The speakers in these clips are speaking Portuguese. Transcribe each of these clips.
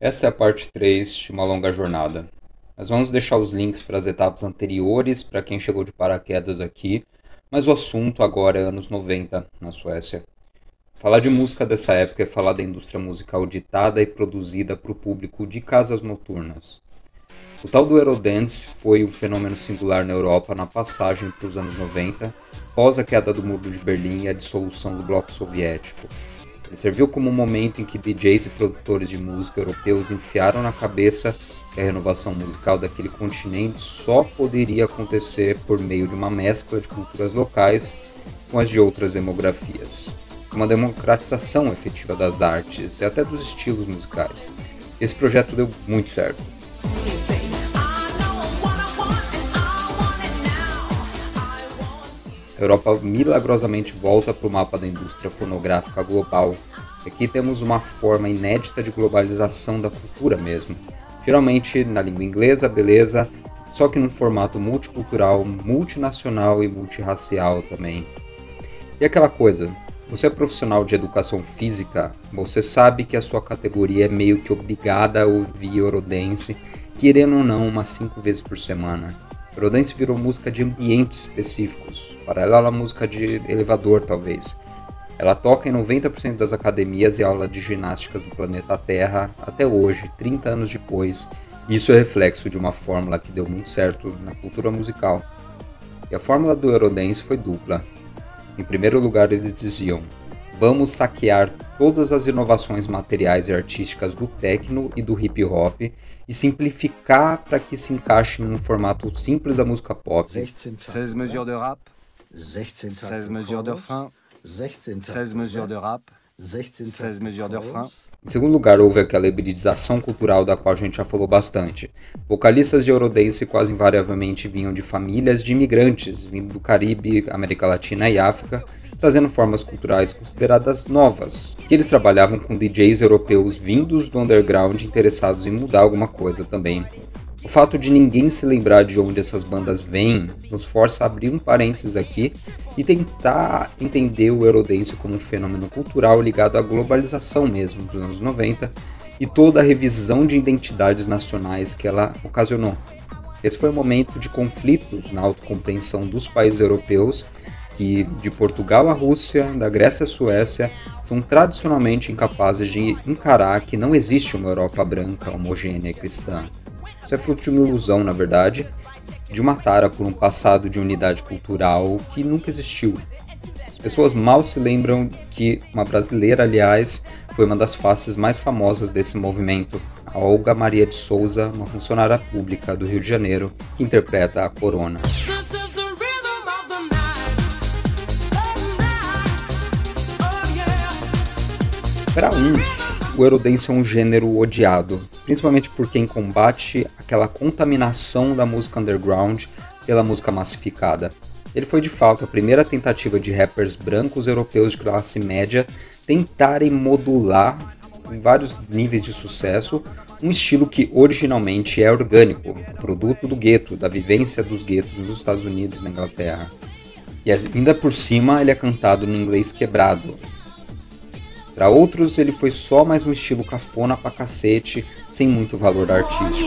Essa é a parte 3 de uma longa jornada. Nós vamos deixar os links para as etapas anteriores para quem chegou de paraquedas aqui, mas o assunto agora é anos 90 na Suécia. Falar de música dessa época é falar da indústria musical ditada e produzida para o público de casas noturnas. O tal do Eurodance foi um fenômeno singular na Europa na passagem para os anos 90, após a queda do Muro de Berlim e a dissolução do bloco soviético. Ele serviu como um momento em que DJs e produtores de música europeus enfiaram na cabeça que a renovação musical daquele continente só poderia acontecer por meio de uma mescla de culturas locais com as de outras demografias. Uma democratização efetiva das artes e até dos estilos musicais. Esse projeto deu muito certo. A Europa milagrosamente volta para o mapa da indústria fonográfica global. Aqui temos uma forma inédita de globalização da cultura mesmo. Geralmente na língua inglesa, beleza, só que num formato multicultural, multinacional e multirracial também. E aquela coisa, se você é profissional de educação física, você sabe que a sua categoria é meio que obrigada a ouvir Eurodance, querendo ou não, umas 5 vezes por semana. Eurodance virou música de ambientes específicos, paralela à música de elevador talvez. Ela toca em 90% das academias e aulas de ginásticas do planeta Terra até hoje, 30 anos depois. Isso é reflexo de uma fórmula que deu muito certo na cultura musical. E a fórmula do Eurodance foi dupla. Em primeiro lugar, eles diziam: vamos saquear todas as inovações materiais e artísticas do techno e do hip hop e simplificar para que se encaixe em um formato simples da música pop. 16 mesures de rap, 16 mesures de refrain, 16 mesures de rap, 16 mesures de refrain. Em segundo lugar, houve aquela hibridização cultural da qual a gente já falou bastante. Vocalistas de Eurodance quase invariavelmente vinham de famílias de imigrantes, vindo do Caribe, América Latina e África, trazendo formas culturais consideradas novas, que eles trabalhavam com DJs europeus vindos do underground interessados em mudar alguma coisa também. O fato de ninguém se lembrar de onde essas bandas vêm nos força a abrir um parênteses aqui e tentar entender o Eurodance como um fenômeno cultural ligado à globalização mesmo dos anos 90 e toda a revisão de identidades nacionais que ela ocasionou. Esse foi um momento de conflitos na autocompreensão dos países europeus que, de Portugal à Rússia, da Grécia à Suécia, são tradicionalmente incapazes de encarar que não existe uma Europa branca, homogênea e cristã. Isso é fruto de uma ilusão, na verdade, de uma tara por um passado de unidade cultural que nunca existiu. As pessoas mal se lembram que uma brasileira, aliás, foi uma das faces mais famosas desse movimento, a Olga Maria de Souza, uma funcionária pública do Rio de Janeiro, que interpreta a Corona. Para uns, o Eurodance é um gênero odiado, principalmente por quem combate aquela contaminação da música underground pela música massificada. Ele foi de fato a primeira tentativa de rappers brancos europeus de classe média tentarem modular, em vários níveis de sucesso, um estilo que originalmente é orgânico, produto do gueto, da vivência dos guetos nos Estados Unidos e na Inglaterra. E ainda por cima ele é cantado no inglês quebrado. Para outros, ele foi só mais um estilo cafona pra cacete, sem muito valor artístico.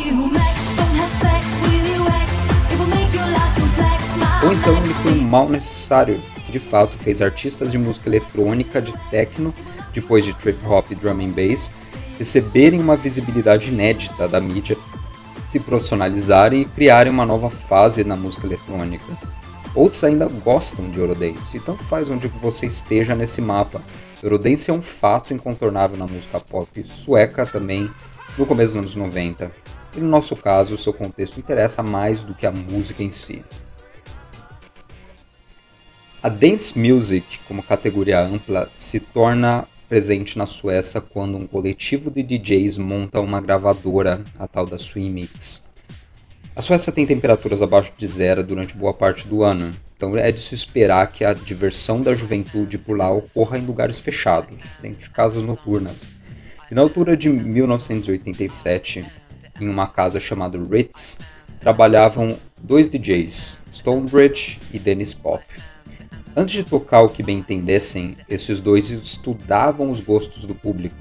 Ou então ele foi um mal necessário, que de fato fez artistas de música eletrônica, de techno, depois de trip hop e drum and bass, receberem uma visibilidade inédita da mídia, se profissionalizarem e criarem uma nova fase na música eletrônica. Outros ainda gostam de Eurodance, e tanto faz onde você esteja nesse mapa. Eurodance é um fato incontornável na música pop sueca também, no começo dos anos 90. E no nosso caso, o seu contexto interessa mais do que a música em si. A dance music, como categoria ampla, se torna presente na Suécia quando um coletivo de DJs monta uma gravadora, a tal da Swing Mix. A Suécia tem temperaturas abaixo de zero durante boa parte do ano, então é de se esperar que a diversão da juventude por lá ocorra em lugares fechados, dentro de casas noturnas. E na altura de 1987, em uma casa chamada Ritz, trabalhavam dois DJs, Stonebridge e Dennis Pop. Antes de tocar o que bem entendessem, esses dois estudavam os gostos do público.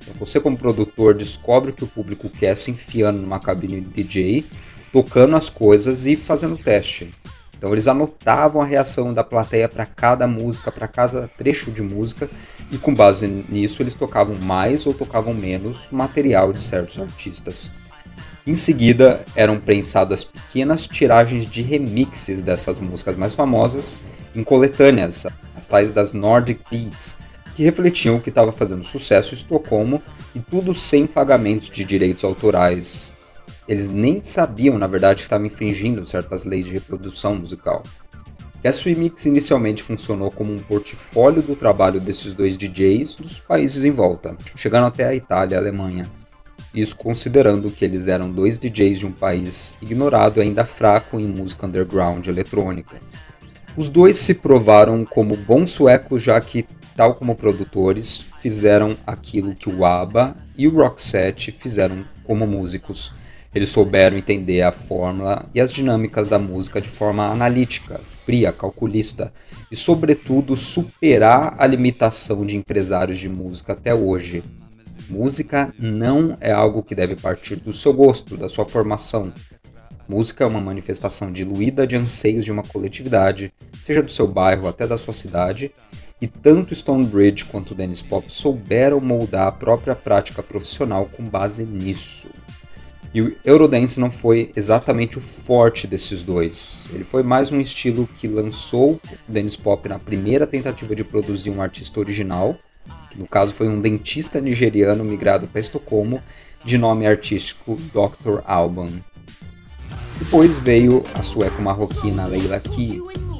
Então, você como produtor descobre o que o público quer se enfiando numa cabine de DJ, tocando as coisas e fazendo teste. Então eles anotavam a reação da plateia para cada música, para cada trecho de música, e com base nisso eles tocavam mais ou tocavam menos material de certos artistas. Em seguida eram prensadas pequenas tiragens de remixes dessas músicas mais famosas em coletâneas, as tais das Nordic Beats, que refletiam o que estava fazendo sucesso em Estocolmo, e tudo sem pagamentos de direitos autorais. Eles nem sabiam, na verdade, que estavam infringindo certas leis de reprodução musical. E a Swemix inicialmente funcionou como um portfólio do trabalho desses dois DJs dos países em volta, chegando até a Itália e a Alemanha. Isso considerando que eles eram dois DJs de um país ignorado e ainda fraco em música underground eletrônica. Os dois se provaram como bons suecos, já que, tal como produtores, fizeram aquilo que o ABBA e o Roxette fizeram como músicos. Eles souberam entender a fórmula e as dinâmicas da música de forma analítica, fria, calculista e, sobretudo, superar a limitação de empresários de música até hoje. Música não é algo que deve partir do seu gosto, da sua formação. Música é uma manifestação diluída de anseios de uma coletividade, seja do seu bairro até da sua cidade, e tanto Stonebridge quanto o Dance Pop souberam moldar a própria prática profissional com base nisso. E o Eurodance não foi exatamente o forte desses dois. Ele foi mais um estilo que lançou o Dance Pop na primeira tentativa de produzir um artista original, que no caso foi um dentista nigeriano migrado para Estocolmo, de nome artístico Dr. Alban. Depois veio a sueco-marroquina Leila Key.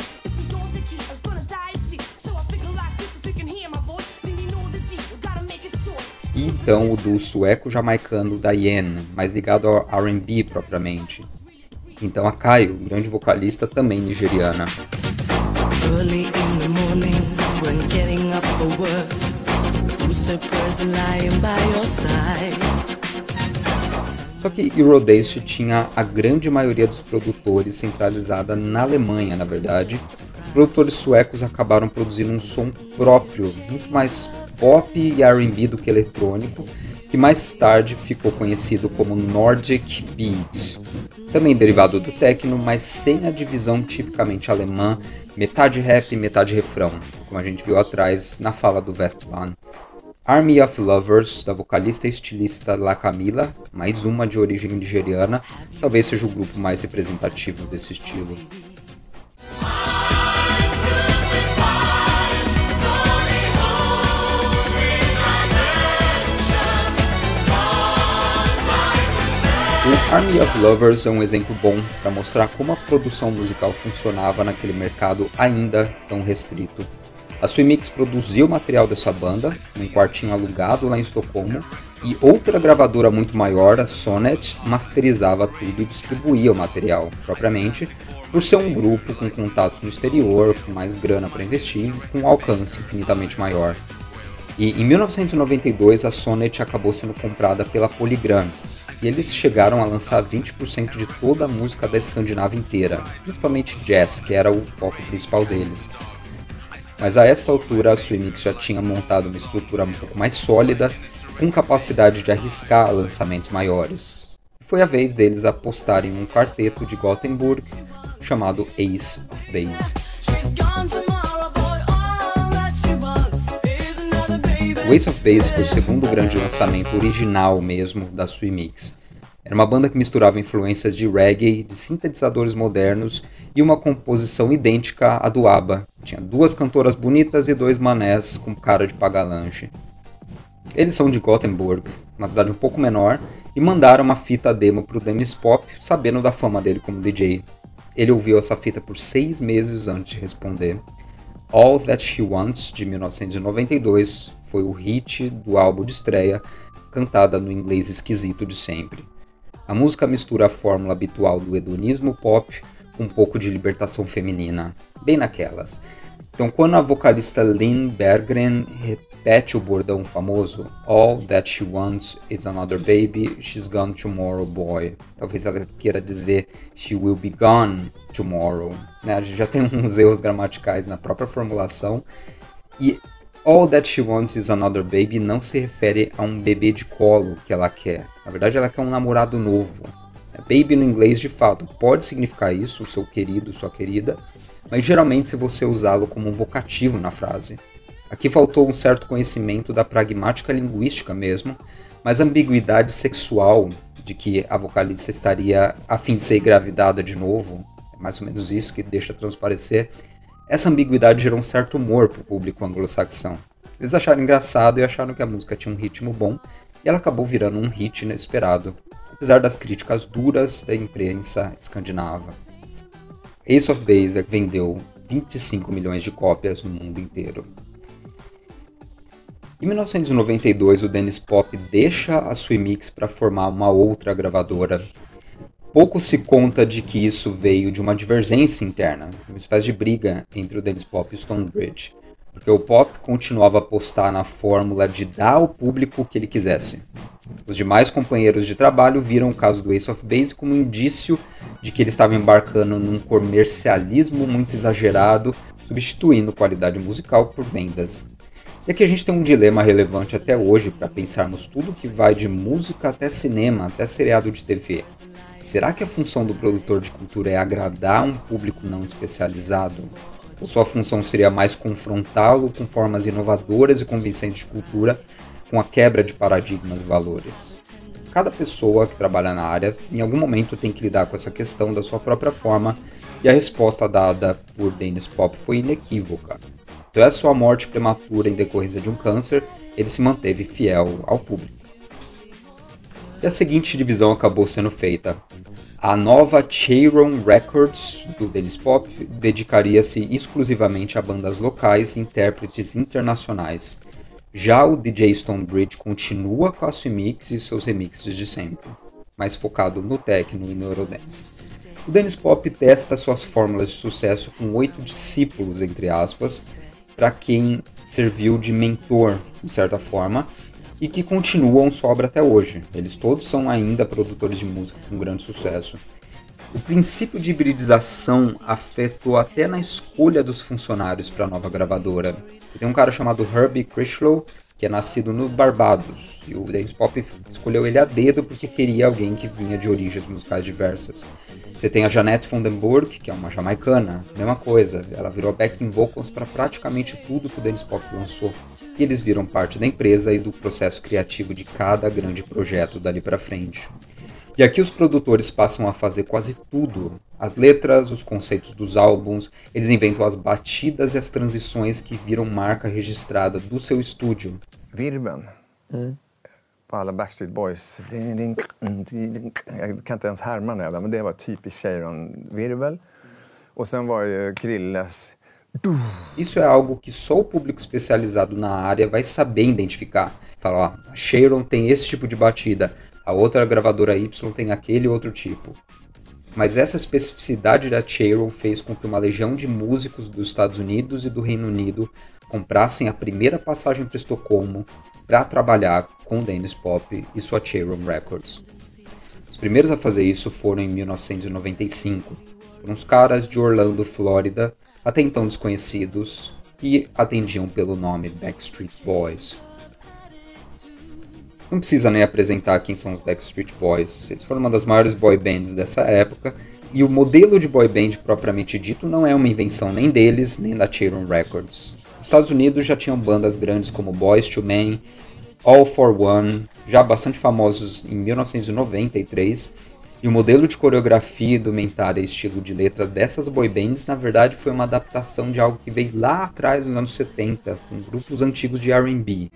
E então o do sueco-jamaicano Diane, mais ligado ao R&B propriamente. Então a Kayo, grande vocalista também nigeriana. Só que Eurodance tinha a grande maioria dos produtores centralizada na Alemanha, na verdade. Os produtores suecos acabaram produzindo um som próprio, muito mais pop e R&B do que eletrônico, que mais tarde ficou conhecido como Nordic Beat. Também derivado do techno, mas sem a divisão tipicamente alemã, metade rap e metade refrão, como a gente viu atrás na fala do Westphal. Army of Lovers, da vocalista e estilista La Camila, mais uma de origem nigeriana, talvez seja o grupo mais representativo desse estilo. O Army of Lovers é um exemplo bom para mostrar como a produção musical funcionava naquele mercado ainda tão restrito. A Swemix produziu o material dessa banda, num quartinho alugado lá em Estocolmo, e outra gravadora muito maior, a Sonet, masterizava tudo e distribuía o material, propriamente, por ser um grupo com contatos no exterior, com mais grana para investir, com um alcance infinitamente maior. E em 1992 a Sonet acabou sendo comprada pela Polygram, e eles chegaram a lançar 20% de toda a música da Escandinávia inteira, principalmente jazz, que era o foco principal deles. Mas a essa altura a Swemix já tinha montado uma estrutura um pouco mais sólida, com capacidade de arriscar lançamentos maiores. E foi a vez deles apostarem em um quarteto de Gothenburg chamado Ace of Base. O Ace of Base foi o segundo grande lançamento original mesmo da Swemix. Era uma banda que misturava influências de reggae, de sintetizadores modernos e uma composição idêntica à do ABBA. Tinha duas cantoras bonitas e dois manés com cara de paga-lanche. Eles são de Gothenburg, uma cidade um pouco menor, e mandaram uma fita demo para o Dance Pop, sabendo da fama dele como DJ. Ele ouviu essa fita por 6 meses antes de responder. All That She Wants, de 1992, foi o hit do álbum de estreia, cantada no inglês esquisito de sempre. A música mistura a fórmula habitual do hedonismo pop com um pouco de libertação feminina, bem naquelas. Então, quando a vocalista Lynn Berggren repete o bordão famoso All That She Wants is Another Baby, She's Gone Tomorrow Boy, talvez ela queira dizer She Will Be Gone Tomorrow, né? A gente já tem uns erros gramaticais na própria formulação, e All That She Wants Is Another Baby não se refere a um bebê de colo que ela quer. Na verdade, ela quer um namorado novo. Baby no inglês, de fato, pode significar isso, o seu querido, sua querida, mas geralmente se você usá-lo como um vocativo na frase. Aqui faltou um certo conhecimento da pragmática linguística mesmo, mas a ambiguidade sexual de que a vocalista estaria a fim de ser engravidada de novo, é mais ou menos isso que deixa transparecer. Essa ambiguidade gerou um certo humor para o público anglo-saxão. Eles acharam engraçado e acharam que a música tinha um ritmo bom, e ela acabou virando um hit inesperado, apesar das críticas duras da imprensa escandinava. Ace of Base vendeu 25 milhões de cópias no mundo inteiro. Em 1992, o Denniz Pop deixa a Swemix para formar uma outra gravadora. Pouco se conta de que isso veio de uma divergência interna, uma espécie de briga entre o Denniz Pop e o Stonebridge, porque o Pop continuava a apostar na fórmula de dar ao público o que ele quisesse. Os demais companheiros de trabalho viram o caso do Ace of Base como um indício de que ele estava embarcando num comercialismo muito exagerado, substituindo qualidade musical por vendas. E aqui a gente tem um dilema relevante até hoje para pensarmos tudo que vai de música até cinema, até seriado de TV. Será que a função do produtor de cultura é agradar um público não especializado? Ou sua função seria mais confrontá-lo com formas inovadoras e convincentes de cultura, com a quebra de paradigmas e valores? Cada pessoa que trabalha na área, em algum momento, tem que lidar com essa questão da sua própria forma, e a resposta dada por Denniz Pop foi inequívoca. Até a sua morte prematura em decorrência de um câncer, ele se manteve fiel ao público. E a seguinte divisão acabou sendo feita. A nova Cheiron Records, do Denniz Pop, dedicaria-se exclusivamente a bandas locais e intérpretes internacionais. Já o DJ Stonebridge continua com a Swemix e seus remixes de sempre, mais focado no techno e no Eurodance. O Denniz Pop testa suas fórmulas de sucesso com 8 discípulos, entre aspas, para quem serviu de mentor, de certa forma, e que continuam sua obra até hoje. Eles todos são ainda produtores de música com grande sucesso. O princípio de hibridização afetou até na escolha dos funcionários para a nova gravadora. Você tem um cara chamado Herbie Critchlow, que é nascido no Barbados, e o Denniz Pop escolheu ele a dedo porque queria alguém que vinha de origens musicais diversas. Você tem a Jeanette Vandenberg, que é uma jamaicana, mesma coisa, ela virou backing vocals para praticamente tudo que o Denniz Pop lançou, e eles viram parte da empresa e do processo criativo de cada grande projeto dali para frente. E aqui os produtores passam a fazer quase tudo. As letras, os conceitos dos álbuns, eles inventam as batidas e as transições que viram marca registrada do seu estúdio. Virben på alla Backstreet Boys. Jag kan inte ens härma den, men det var typiskt Cheiron-virvel. Och sen var ju Krilles. Isso é algo que só o público especializado na área vai saber identificar. Fala, ó, a Cheiron tem esse tipo de batida, a outra gravadora Y tem aquele outro tipo. Mas essa especificidade da Cheiron fez com que uma legião de músicos dos Estados Unidos e do Reino Unido comprassem a primeira passagem para Estocolmo para trabalhar com o Denniz Pop e sua Cheiron Records. Os primeiros a fazer isso foram em 1995, por uns caras de Orlando, Flórida, até então desconhecidos, que atendiam pelo nome Backstreet Boys. Não precisa nem apresentar quem são os Backstreet Boys, eles foram uma das maiores boy bands dessa época, e o modelo de boy band propriamente dito não é uma invenção nem deles, nem da Cheiron Records. Os Estados Unidos já tinham bandas grandes como Boyz II Men, All for One, já bastante famosos em 1993, e o modelo de coreografia, indumentária e estilo de letra dessas boy bands, na verdade, foi uma adaptação de algo que veio lá atrás, nos anos 70, com grupos antigos de R&B.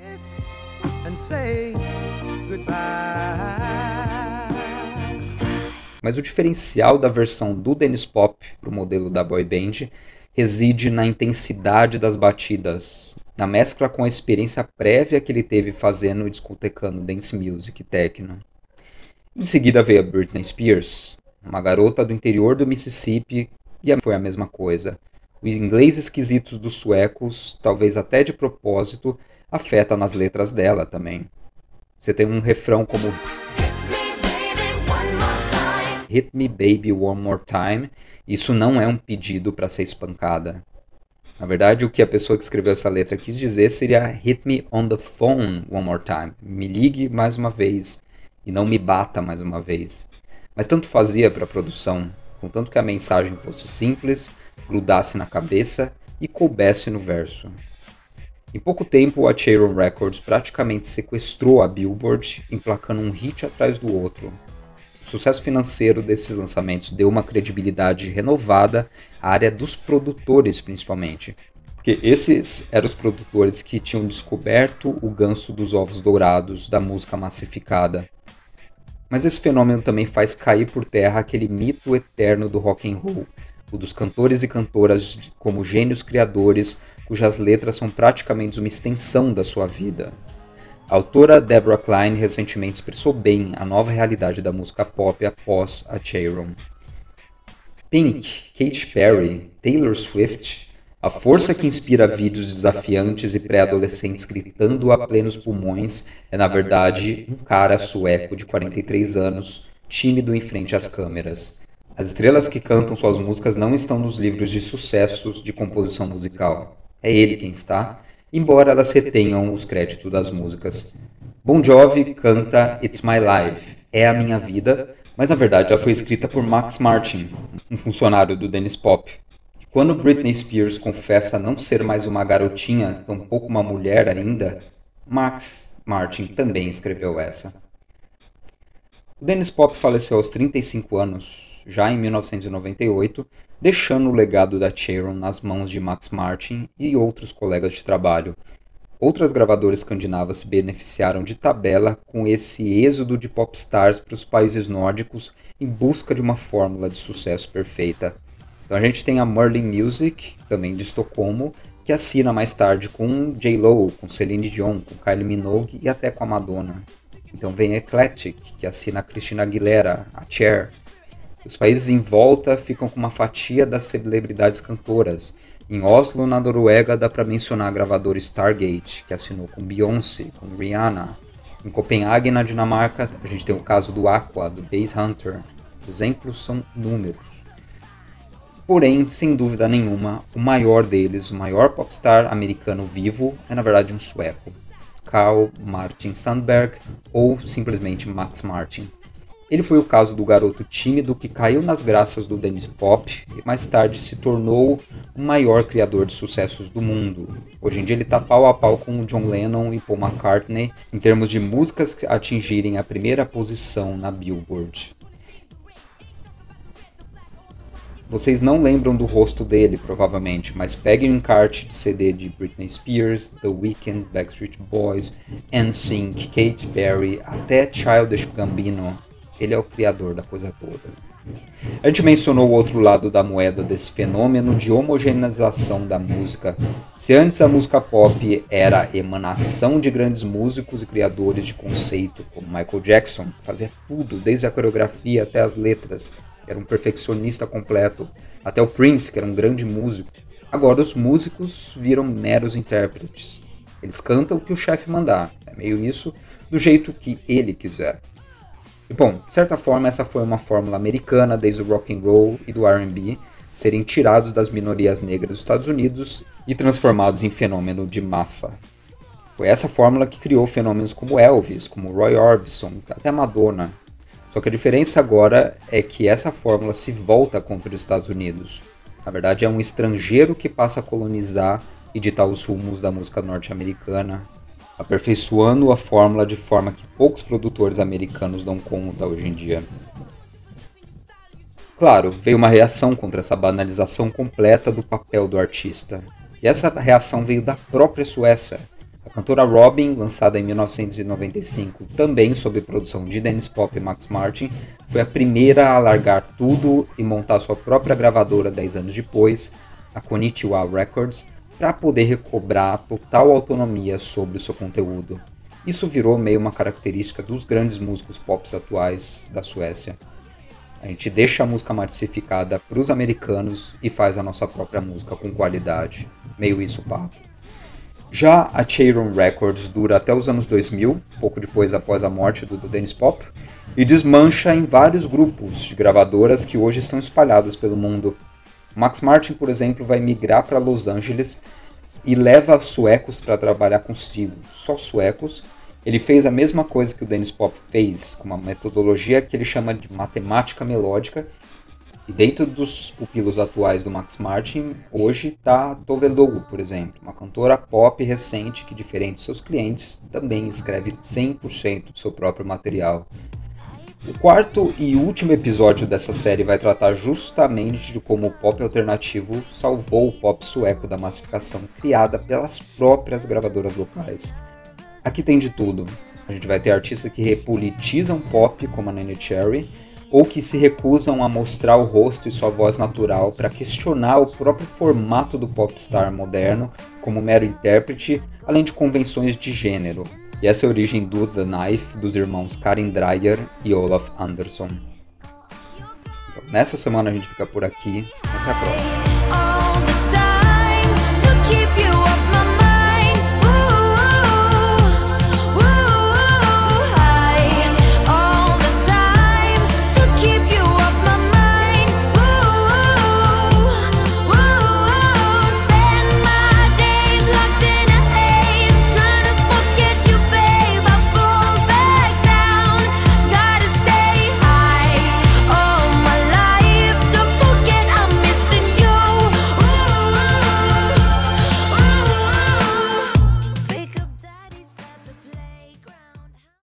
Mas o diferencial da versão do Denniz Pop para o modelo da boy band reside na intensidade das batidas, na mescla com a experiência prévia que ele teve fazendo e discotecando dance music e techno. Em seguida veio a Britney Spears, uma garota do interior do Mississippi, e foi a mesma coisa. Os inglês esquisitos dos suecos, talvez até de propósito, afeta nas letras dela também. Você tem um refrão como Hit Me Baby One More Time. Isso não é um pedido para ser espancada. Na verdade, o que a pessoa que escreveu essa letra quis dizer seria "Hit me on the phone one more time", me ligue mais uma vez e não me bata mais uma vez. Mas tanto fazia para a produção, contanto que a mensagem fosse simples, grudasse na cabeça e coubesse no verso. Em pouco tempo, a Cheiron Records praticamente sequestrou a Billboard, emplacando um hit atrás do outro. O sucesso financeiro desses lançamentos deu uma credibilidade renovada à área dos produtores, principalmente. Porque esses eram os produtores que tinham descoberto o ganso dos ovos dourados da música massificada. Mas esse fenômeno também faz cair por terra aquele mito eterno do rock and roll, o dos cantores e cantoras como gênios criadores, cujas letras são praticamente uma extensão da sua vida. A autora Deborah Klein recentemente expressou bem a nova realidade da música pop após a Cheiron. Pink, Katy Perry, Taylor Swift, a força que inspira vídeos desafiantes e pré-adolescentes gritando a plenos pulmões é, na verdade, um cara sueco de 43 anos, tímido em frente às câmeras. As estrelas que cantam suas músicas não estão nos livros de sucessos de composição musical. É ele quem está, embora elas retenham os créditos das músicas. Bon Jovi canta It's My Life, é a minha vida, mas na verdade ela foi escrita por Max Martin, um funcionário do Dennis Pop. E quando Britney Spears confessa não ser mais uma garotinha, tampouco uma mulher ainda, Max Martin também escreveu essa. O Dennis Pop faleceu aos 35 anos, já em 1998, deixando o legado da Cheiron nas mãos de Max Martin e outros colegas de trabalho. Outras gravadoras escandinavas se beneficiaram de tabela com esse êxodo de popstars para os países nórdicos em busca de uma fórmula de sucesso perfeita. Então a gente tem a Merlin Music, também de Estocolmo, que assina mais tarde com J.Lo, com Celine Dion, com Kylie Minogue e até com a Madonna. Então vem a Eclectic, que assina a Christina Aguilera, a Cher. Os países em volta ficam com uma fatia das celebridades cantoras. Em Oslo, na Noruega, dá para mencionar a gravadora Stargate, que assinou com Beyoncé, com Rihanna. Em Copenhague, na Dinamarca, a gente tem o caso do Aqua, do Bass Hunter. Os exemplos são inúmeros. Porém, sem dúvida nenhuma, o maior deles, o maior popstar americano vivo, é na verdade um sueco. Carl Martin Sandberg, ou simplesmente Max Martin. Ele foi o caso do garoto tímido que caiu nas graças do Dennis Pop e mais tarde se tornou o maior criador de sucessos do mundo. Hoje em dia ele está pau a pau com John Lennon e Paul McCartney em termos de músicas que atingirem a primeira posição na Billboard. Vocês não lembram do rosto dele, provavelmente, mas peguem um encarte de CD de Britney Spears, The Weeknd, Backstreet Boys, NSYNC, Katy Perry, até Childish Gambino. Ele é o criador da coisa toda. A gente mencionou o outro lado da moeda desse fenômeno de homogeneização da música. Se antes a música pop era a emanação de grandes músicos e criadores de conceito, como Michael Jackson, que fazia tudo, desde a coreografia até as letras, era um perfeccionista completo, até o Prince, que era um grande músico. Agora os músicos viram meros intérpretes. Eles cantam o que o chefe mandar, é meio isso, do jeito que ele quiser. E bom, de certa forma essa foi uma fórmula americana desde o rock and roll e do R&B serem tirados das minorias negras dos Estados Unidos e transformados em fenômeno de massa. Foi essa fórmula que criou fenômenos como Elvis, como Roy Orbison, até Madonna. Só que a diferença agora é que essa fórmula se volta contra os Estados Unidos. Na verdade é um estrangeiro que passa a colonizar e ditar os rumos da música norte-americana, aperfeiçoando a fórmula de forma que poucos produtores americanos dão conta hoje em dia. Claro, veio uma reação contra essa banalização completa do papel do artista. E essa reação veio da própria Suécia. A cantora Robyn, lançada em 1995, também sob produção de Dennis Pop e Max Martin, foi a primeira a largar tudo e montar sua própria gravadora 10 anos depois, a Konnichiwa Records, para poder recobrar total autonomia sobre o seu conteúdo. Isso virou meio uma característica dos grandes músicos pop atuais da Suécia. A gente deixa a música massificada para os americanos e faz a nossa própria música com qualidade. Meio isso o papo. Já a Cheiron Records dura até os anos 2000, pouco depois após a morte do Dennis Pop, e desmancha em vários grupos de gravadoras que hoje estão espalhados pelo mundo. Max Martin, por exemplo, vai migrar para Los Angeles e leva suecos para trabalhar consigo, só suecos. Ele fez a mesma coisa que o Dennis Pop fez, com uma metodologia que ele chama de matemática melódica. E dentro dos pupilos atuais do Max Martin, hoje está Tove Lo, por exemplo, uma cantora pop recente que, diferente de seus clientes, também escreve 100% do seu próprio material. O quarto e último episódio dessa série vai tratar justamente de como o pop alternativo salvou o pop sueco da massificação criada pelas próprias gravadoras locais. Aqui tem de tudo. A gente vai ter artistas que repolitizam pop, como a Neneh Cherry, ou que se recusam a mostrar o rosto e sua voz natural para questionar o próprio formato do popstar moderno como mero intérprete, além de convenções de gênero. E essa é a origem do The Knife, dos irmãos Karin Dreyer e Olaf Andersson. Então, nessa semana a gente fica por aqui. Até a próxima.